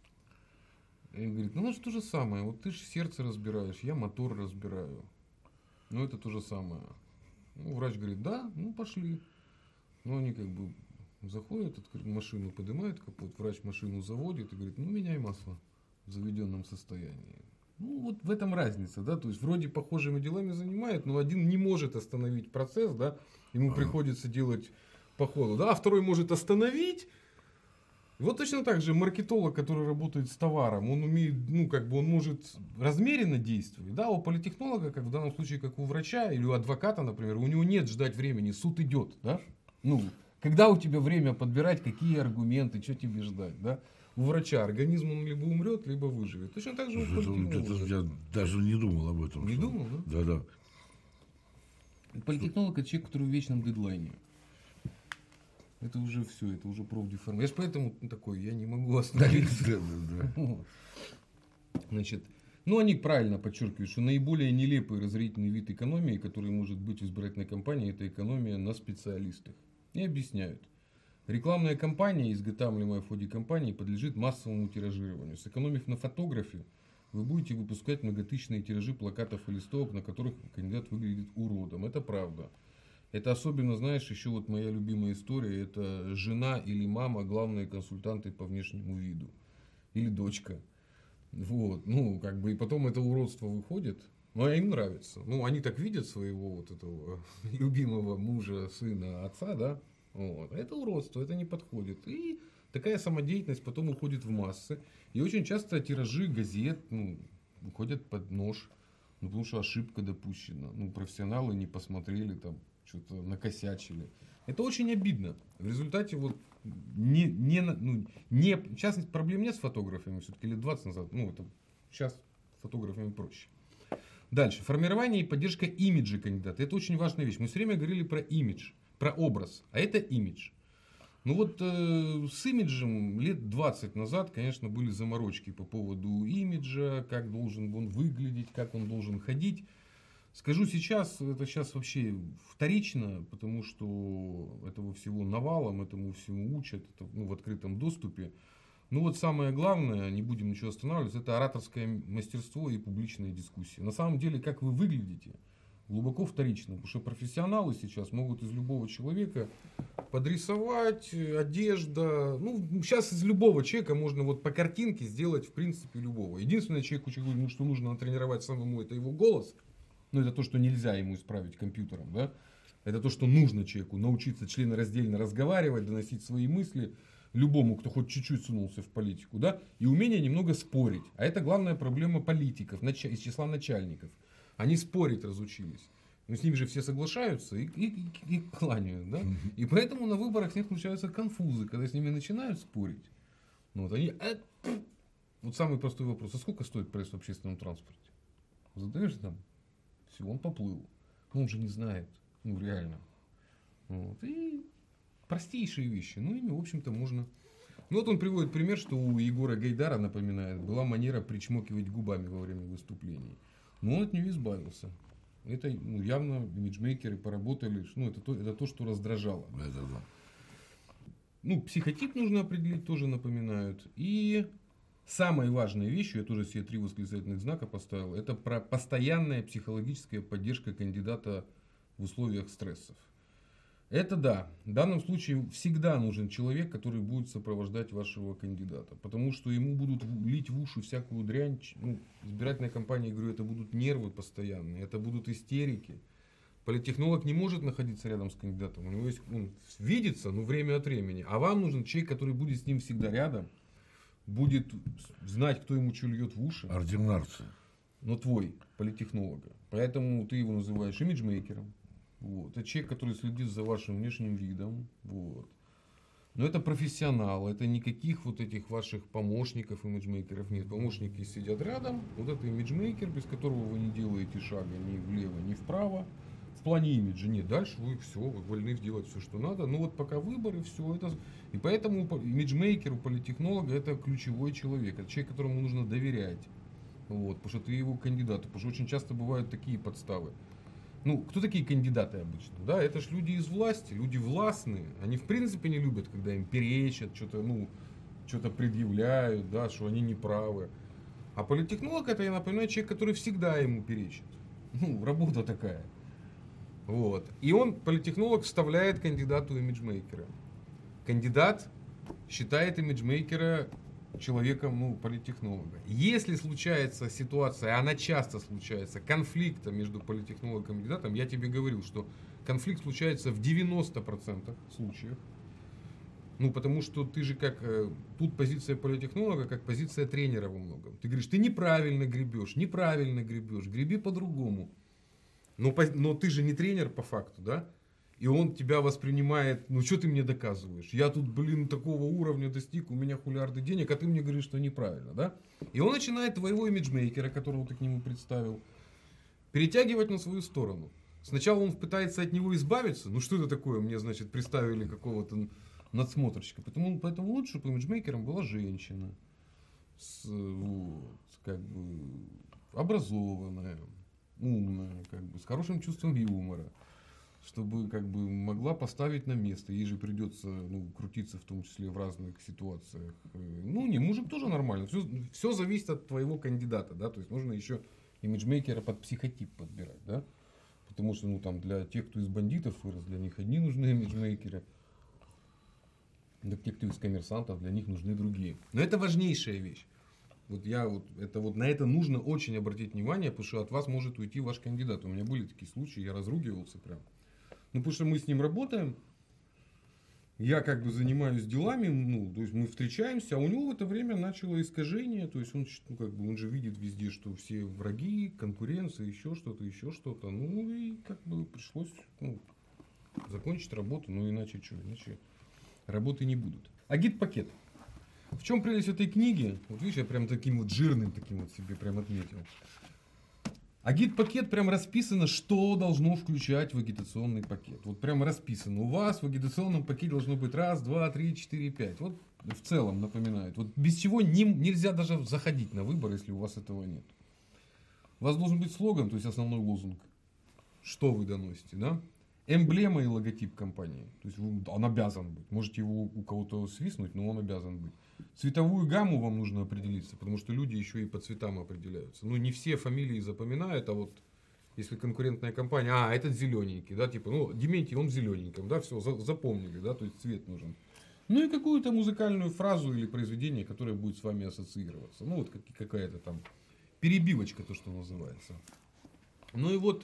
и говорит, ну, это то же самое, вот ты же сердце разбираешь, я мотор разбираю. Ну, это то же самое. Ну, врач говорит, да, ну, пошли. Ну, они как бы заходят, машину поднимают капот, врач машину заводит и говорит, ну, меняй масло в заведенном состоянии. Ну, вот в этом разница, да, то есть вроде похожими делами занимает, но один не может остановить процесс, да, ему ага. приходится делать по ходу, да, а второй может остановить. Вот точно так же маркетолог, который работает с товаром, он умеет, ну, как бы он может размеренно действовать, да, у политтехнолога, как в данном случае, как у врача или у адвоката, например, у него нет ждать времени, суд идет, да, ну, когда у тебя время подбирать, какие аргументы, что тебе ждать, да. У врача организм он либо умрет, либо выживет. Точно так же у политтехнолога. Я даже не думал об этом. Не что... думал, да? Да, да. Политтехнолог это человек, который в вечном дедлайне. Это уже все, это уже профдеформация. Я же поэтому такой, я не могу остановиться. Значит, ну они правильно подчеркивают, что наиболее нелепый и разорительный вид экономии, который может быть в избирательной кампании, это экономия на специалистах. И объясняют. Рекламная кампания, изготавливаемая в ходе кампании, подлежит массовому тиражированию. Сэкономив на фотографии, вы будете выпускать многотысячные тиражи плакатов и листовок, на которых кандидат выглядит уродом. Это правда. Это особенно, знаешь, еще вот моя любимая история, это жена или мама, главные консультанты по внешнему виду. Или дочка. Вот, ну, как бы, и потом это уродство выходит. Но им нравится. Ну, они так видят своего вот этого любимого мужа, сына, отца, да. Вот. Это уродство, это не подходит. И такая самодеятельность потом уходит в массы. И очень часто тиражи газет, ну, уходят под нож. Ну, потому что ошибка допущена. Ну, профессионалы не посмотрели, там, что-то накосячили. Это очень обидно. В результате вот не, не, ну, не, сейчас проблем нет с фотографами, все-таки лет двадцать назад. Ну, это сейчас с фотографами проще. Дальше. Формирование и поддержка имиджа кандидата. Это очень важная вещь. Мы все время говорили про имидж. Про образ, а это имидж. Ну вот э, с имиджем лет двадцать назад, конечно, были заморочки по поводу имиджа, как должен он выглядеть, как он должен ходить. Скажу сейчас, это сейчас вообще вторично, потому что этого всего навалом, этому всему учат, это, ну, в открытом доступе. Ну вот самое главное, не будем ничего останавливаться, это ораторское мастерство и публичная дискуссия. На самом деле, как вы выглядите, глубоко вторично, потому что профессионалы сейчас могут из любого человека подрисовать, одежда. Ну, сейчас из любого человека можно вот по картинке сделать, в принципе, любого. Единственное, человеку, ну, что нужно натренировать самому, это его голос. Ну, это то, что нельзя ему исправить компьютером, да. Это то, что нужно человеку научиться членораздельно разговаривать, доносить свои мысли любому, кто хоть чуть-чуть сунулся в политику, да. И умение немного спорить. А это главная проблема политиков из числа начальников. Они спорить разучились. Но с ними же все соглашаются и, и, и, и кланяют. Да? И поэтому на выборах с них случаются конфузы, когда с ними начинают спорить. Ну, вот, они... вот самый простой вопрос. А сколько стоит проезд в общественном транспорте? Задаешь там? Все, он поплыл. Ну, он же не знает. Ну, реально. Вот. И простейшие вещи. Ну, ими, в общем-то, можно... Ну, вот он приводит пример, что у Егора Гайдара, напоминает, была манера причмокивать губами во время выступлений. Но он от нее избавился. Это, ну, явно имиджмейкеры поработали. Ну, это то, это то, что раздражало. Это да. Ну, психотип нужно определить, тоже напоминают. И самой важной вещью, я тоже себе три восклицательных знака поставил, это про постоянная психологическая поддержка кандидата в условиях стрессов. Это да. В данном случае всегда нужен человек, который будет сопровождать вашего кандидата. Потому что ему будут лить в уши всякую дрянь. Ну, избирательная кампания, я говорю, это будут нервы постоянные, это будут истерики. Политтехнолог не может находиться рядом с кандидатом. У него есть, он видится, но время от времени. А вам нужен человек, который будет с ним всегда рядом. Будет знать, кто ему что льет в уши. Ординарцы. Но твой, политтехнолога. Поэтому ты его называешь имиджмейкером. Вот. Это человек, который следит за вашим внешним видом. Вот. Но это профессионал. Это никаких вот этих ваших помощников, имиджмейкеров нет. Помощники сидят рядом. Вот это имиджмейкер, без которого вы не делаете шага ни влево, ни вправо. В плане имиджа нет. Дальше вы все, вы вольны делать все, что надо. Но вот пока выборы, все это. И поэтому имиджмейкеру, политтехнолога это ключевой человек. Это человек, которому нужно доверять. Вот, потому что ты его кандидат. Потому что очень часто бывают такие подставы. Ну, кто такие кандидаты обычно? Да, это ж люди из власти, люди властные. Они в принципе не любят, когда им перечат, что-то, ну, что-то предъявляют, да, что они не правы. А политтехнолог это, я напоминаю, человек, который всегда ему перечит. Ну, работа такая. Вот. И он, политтехнолог, вставляет кандидату имиджмейкера. Кандидат считает имиджмейкера человеком, ну, политтехнолога. Если случается ситуация, а она часто случается, конфликта между политтехнологом и кандидатом, я тебе говорил, что конфликт случается в девяноста процентах случаев. Ну, потому что ты же как, тут позиция политтехнолога, как позиция тренера во многом. Ты говоришь, ты неправильно гребешь, неправильно гребешь, греби по-другому. Но, но ты же не тренер по факту, да? И он тебя воспринимает, ну что ты мне доказываешь? Я тут, блин, такого уровня достиг, у меня хулиарды денег, а ты мне говоришь, что неправильно, да? И он начинает твоего имиджмейкера, которого ты к нему представил, перетягивать на свою сторону. Сначала он пытается от него избавиться, ну что это такое, мне, значит, представили какого-то надсмотрщика. Поэтому, поэтому лучше, чтобы имиджмейкером была женщина, с, вот, как бы, образованная, умная, как бы, с хорошим чувством юмора. Чтобы как бы могла поставить на место. Ей же придется, ну, крутиться в том числе в разных ситуациях. Ну, не, мужик тоже нормально. Все, все зависит от твоего кандидата, да. То есть нужно еще имиджмейкера под психотип подбирать, да. Потому что, ну, там, для тех, кто из бандитов вырос, для них одни нужны имиджмейкеры. Для тех, кто из коммерсантов, для них нужны другие. Но это важнейшая вещь. Вот я вот, это вот на это нужно очень обратить внимание, потому что от вас может уйти ваш кандидат. У меня были такие случаи, я разругивался прям. Ну, потому что мы с ним работаем, я как бы занимаюсь делами, ну, то есть мы встречаемся, а у него в это время начало искажение, то есть он, ну, как бы, он же видит везде, что все враги, конкуренция, еще что-то, еще что-то, ну, и как бы пришлось, ну, закончить работу, ну, иначе что, иначе работы не будут. Агитпакет. В чем прелесть этой книги? Вот видишь, я прям таким вот жирным таким вот себе прям отметил. Агитпакет прям расписано, что должно включать в агитационный пакет. Вот прям расписано. У вас в агитационном пакете должно быть раз, два, три, четыре, пять. Вот в целом напоминает. Вот без чего не, нельзя даже заходить на выборы, если у вас этого нет. У вас должен быть слоган, то есть основной лозунг. Что вы доносите, да? Эмблема и логотип компании. То есть он обязан быть. Можете его у кого-то свистнуть, но он обязан быть. Цветовую гамму вам нужно определиться, потому что люди еще и по цветам определяются. Ну, не все фамилии запоминают, а вот если конкурентная компания, а, этот зелененький, да, типа, ну, Дементий, он в зелененьком, да, все, запомнили, да, то есть цвет нужен. Ну и какую-то музыкальную фразу или произведение, которое будет с вами ассоциироваться. Ну, вот какая-то там перебивочка, то, что называется. Ну и вот,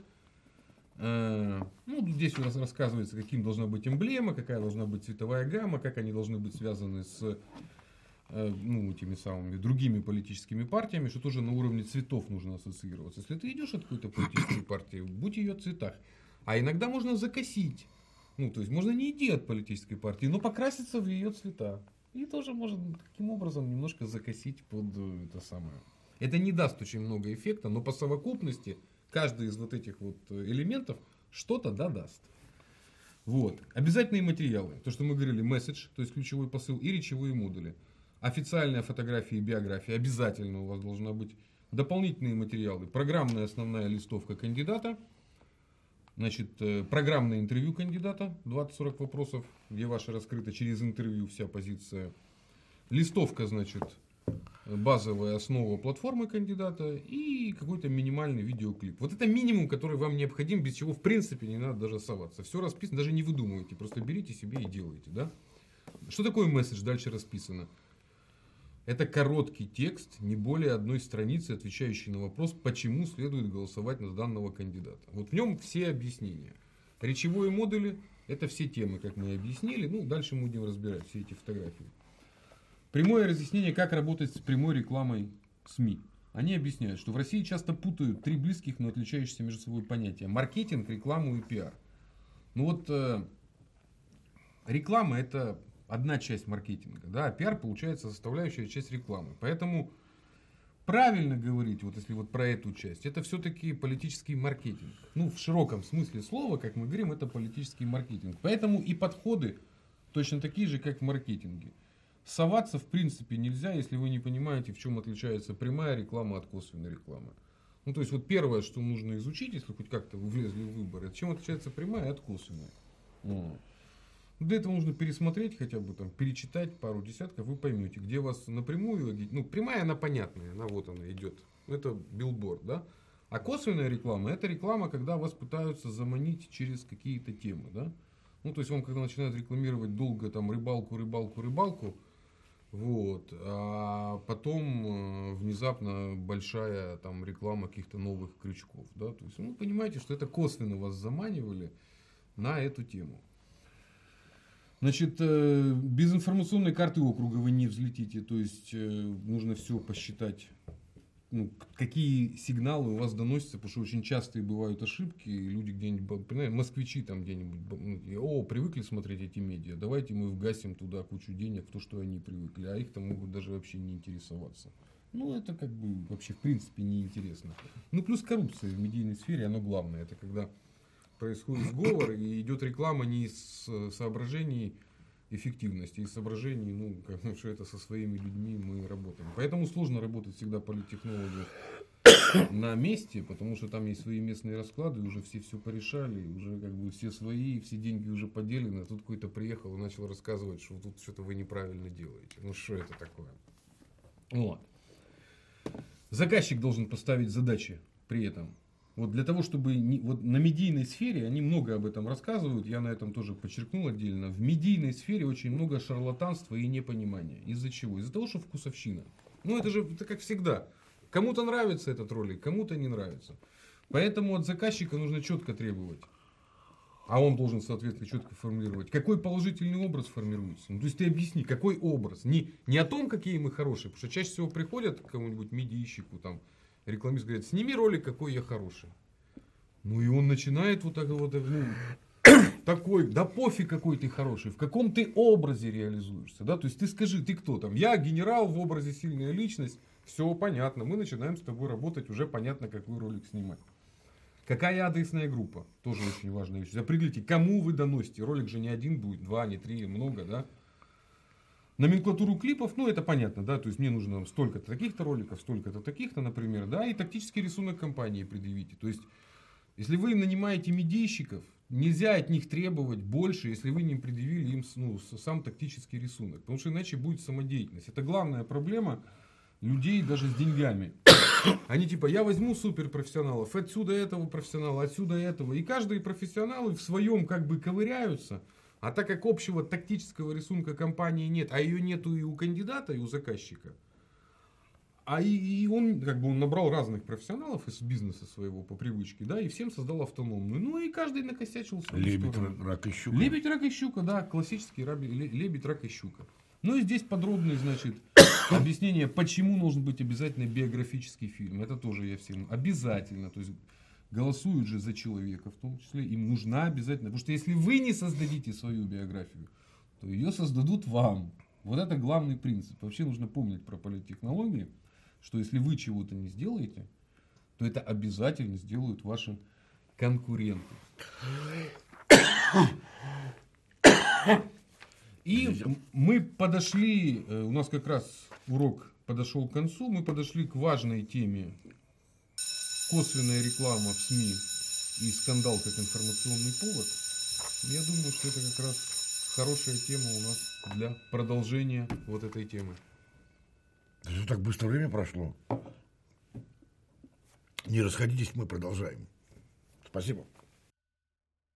э, ну, здесь у нас рассказывается, каким должна быть эмблема, какая должна быть цветовая гамма, как они должны быть связаны с, ну, теми самыми другими политическими партиями, что тоже на уровне цветов нужно ассоциироваться. Если ты идешь от какой-то политической партии, будь в ее цветах. А иногда можно закосить. Ну, то есть можно не идти от политической партии, но покраситься в ее цвета. И тоже можно таким образом немножко закосить под это самое. Это не даст очень много эффекта, но по совокупности каждый из вот этих вот элементов что-то да даст. Вот. Обязательные материалы. То, что мы говорили, месседж, то есть ключевой посыл, и речевые модули. Официальная фотография и биография обязательно у вас должна быть. Дополнительные материалы. Программная основная листовка кандидата. Значит, программное интервью кандидата. двадцать-сорок вопросов, где ваша раскрыта через интервью вся позиция. Листовка, значит, базовая основа платформы кандидата и какой-то минимальный видеоклип. Вот это минимум, который вам необходим, без чего в принципе не надо даже соваться. Все расписано, даже не выдумывайте, просто берите себе и делайте. Да? Что такое месседж? Дальше расписано. Это короткий текст, не более одной страницы, отвечающий на вопрос, почему следует голосовать на данного кандидата. Вот в нем все объяснения. Речевые модули — это все темы, как мы и объяснили. Ну, дальше мы будем разбирать все эти фотографии. Прямое разъяснение, как работать с прямой рекламой СМИ. Они объясняют, что в России часто путают три близких, но отличающихся между собой понятия. Маркетинг, рекламу и пиар. Ну вот, э, реклама — это одна часть маркетинга, да, а пиар получается составляющая часть рекламы. Поэтому правильно говорить, вот если вот про эту часть, это все-таки политический маркетинг. Ну, в широком смысле слова, как мы говорим, это политический маркетинг. Поэтому и подходы точно такие же, как в маркетинге. Соваться в принципе нельзя, если вы не понимаете, в чем отличается прямая реклама от косвенной рекламы. Ну, то есть, вот первое, что нужно изучить, если хоть как-то вы влезли в выбор, это чем отличается прямая от косвенной. Вот. Для этого нужно пересмотреть, хотя бы там, перечитать пару десятков, вы поймете, где вас напрямую, ну, прямая, она понятная, она вот она идет. Это билборд, да? А косвенная реклама — это реклама, когда вас пытаются заманить через какие-то темы, да? Ну, то есть, вам когда начинают рекламировать долго там рыбалку, рыбалку, рыбалку, вот, а потом э, внезапно большая там реклама каких-то новых крючков, да? То есть, вы понимаете, что это косвенно вас заманивали на эту тему. Значит, без информационной карты округа вы не взлетите, то есть нужно все посчитать, ну, какие сигналы у вас доносятся, потому что очень частые бывают ошибки, и люди где-нибудь, понимаете, москвичи там где-нибудь, о, привыкли смотреть эти медиа, давайте мы вгасим туда кучу денег в то, что они привыкли, а их там могут даже вообще не интересоваться. Ну, это как бы вообще в принципе неинтересно. Ну, плюс коррупция в медийной сфере, оно главное, это когда происходит сговор и идет реклама не из соображений эффективности, из соображений, ну, как, ну, что это со своими людьми мы работаем. Поэтому сложно работать всегда политтехнологу на месте, потому что там есть свои местные расклады, уже все все порешали, уже как бы все свои, все деньги уже поделены, а тут какой-то приехал и начал рассказывать, что тут что-то вы неправильно делаете. Ну, что это такое? Вот. Заказчик должен поставить задачи при этом. Вот для того, чтобы не, вот на медийной сфере, они много об этом рассказывают, я на этом тоже подчеркнул отдельно, в медийной сфере очень много шарлатанства и непонимания. Из-за чего? Из-за того, что вкусовщина. Ну это же это как всегда. Кому-то нравится этот ролик, кому-то не нравится. Поэтому от заказчика нужно четко требовать. А он должен, соответственно, четко формулировать, какой положительный образ формируется. Ну, то есть ты объясни, какой образ. Не, не о том, какие мы хорошие, потому что чаще всего приходят к кому-нибудь медийщику, там, рекламист говорит, сними ролик, какой я хороший. Ну и он начинает вот так вот, ну, такой, да пофиг какой ты хороший, в каком ты образе реализуешься. Да? То есть ты скажи, ты кто там? Я генерал в образе сильная личность. Все понятно, мы начинаем с тобой работать, уже понятно, какой ролик снимать. Какая адресная группа? Тоже очень важная вещь. Определите, кому вы доносите. Ролик же не один будет, два, не три, много, да? Номенклатуру клипов, ну это понятно, да, то есть мне нужно столько-то таких-то роликов, столько-то таких-то, например, да, и тактический рисунок компании предъявите. То есть, если вы нанимаете медийщиков, нельзя от них требовать больше, если вы не предъявили им, ну, сам тактический рисунок, потому что иначе будет самодеятельность. Это главная проблема людей даже с деньгами. Они типа, я возьму суперпрофессионалов, отсюда этого профессионала, отсюда этого, и каждый профессионал в своем как бы ковыряются. А так как общего тактического рисунка компании нет, а ее нету и у кандидата, и у заказчика, а и, и он как бы он набрал разных профессионалов из бизнеса своего по привычке, да, и всем создал автономную. Ну и каждый накосячил свою Лебедь, сторону. рак и щука. Лебедь, рак и щука, да, классический раби, лебедь, рак и щука. Ну и здесь подробное, значит, объяснение, почему должен быть обязательно биографический фильм. Это тоже я всем обязательно, то есть голосуют же за человека, в том числе, им нужна обязательно. Потому что если вы не создадите свою биографию, то ее создадут вам. Вот это главный принцип. Вообще нужно помнить про политтехнологии, что если вы чего-то не сделаете, то это обязательно сделают ваши конкуренты. И мы подошли, у нас как раз урок подошел к концу, мы подошли к важной теме. Косвенная реклама в СМИ и скандал как информационный повод. Я думаю, что это как раз хорошая тема у нас для продолжения вот этой темы. Что так быстро время прошло. Не расходитесь, мы продолжаем. Спасибо.